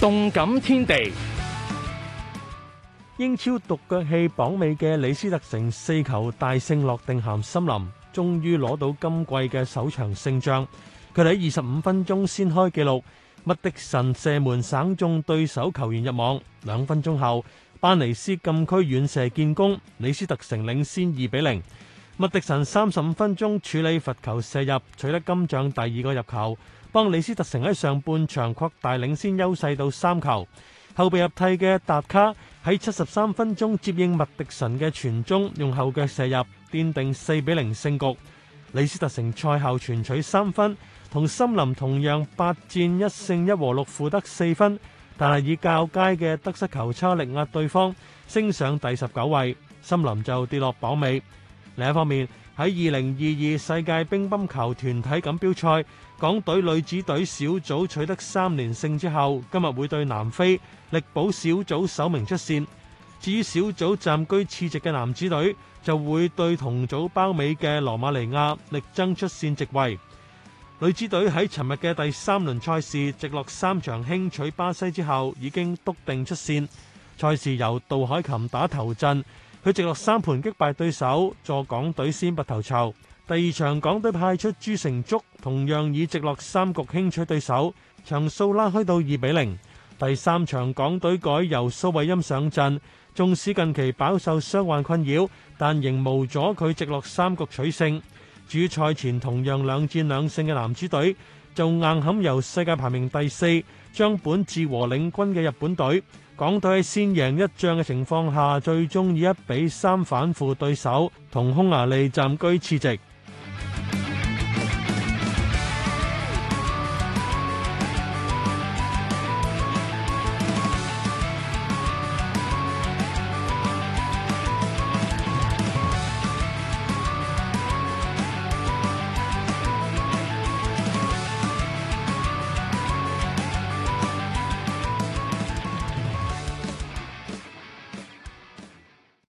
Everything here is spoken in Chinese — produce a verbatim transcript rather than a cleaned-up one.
動感天地， 英超獨腳戲榜尾嘅李斯特城四球大勝諾定咸森林，終於攞到今季嘅首場勝仗。佢哋喺二十五分鐘先開紀錄，麥迪臣射門省中對手球員入網。兩分鐘後，班尼斯禁區遠射建功，李斯特城領先二比零。麥迪臣三十五分鐘處理罰球射入，取得今仗第二個入球，幫李斯特城喺上半場擴大領先優勢到三球。後備入替嘅達卡喺七十三分鐘接應麥迪臣嘅傳中，用後腳射入，奠定四比零勝局。李斯特城賽後全取三分，同森林同樣八戰一勝一和六負得四分，但係以較佳嘅得失球差力壓對方，升上第十九位。森林就跌落榜尾。另一方面，喺二零二二世界乒乓球團體錦標賽，港隊女子隊小組取得三連勝之後，今日會對南非，力保小組首名出線。至於小組暫居次席嘅男子隊，就會對同組包尾嘅羅馬尼亞，力爭出線席位。女子隊喺尋日嘅第三輪賽事直落三場輕取巴西之後，已經篤定出線。賽事由杜海琴打頭陣。佢直落三盤擊敗對手，助港隊先拔頭籌。第二場港隊派出朱成竹，同樣以直落三局輕取對手，場數拉開到二比零。第三場港隊改由蘇慧音上陣，縱使近期飽受傷患困擾，但仍無阻佢直落三局取勝。至於賽前同樣兩戰兩勝嘅男子隊，就硬撼由世界排名第四、將本治和領軍嘅日本隊。港隊喺先贏一仗嘅情況下，最終以一比三反負對手，同匈牙利暫居次席。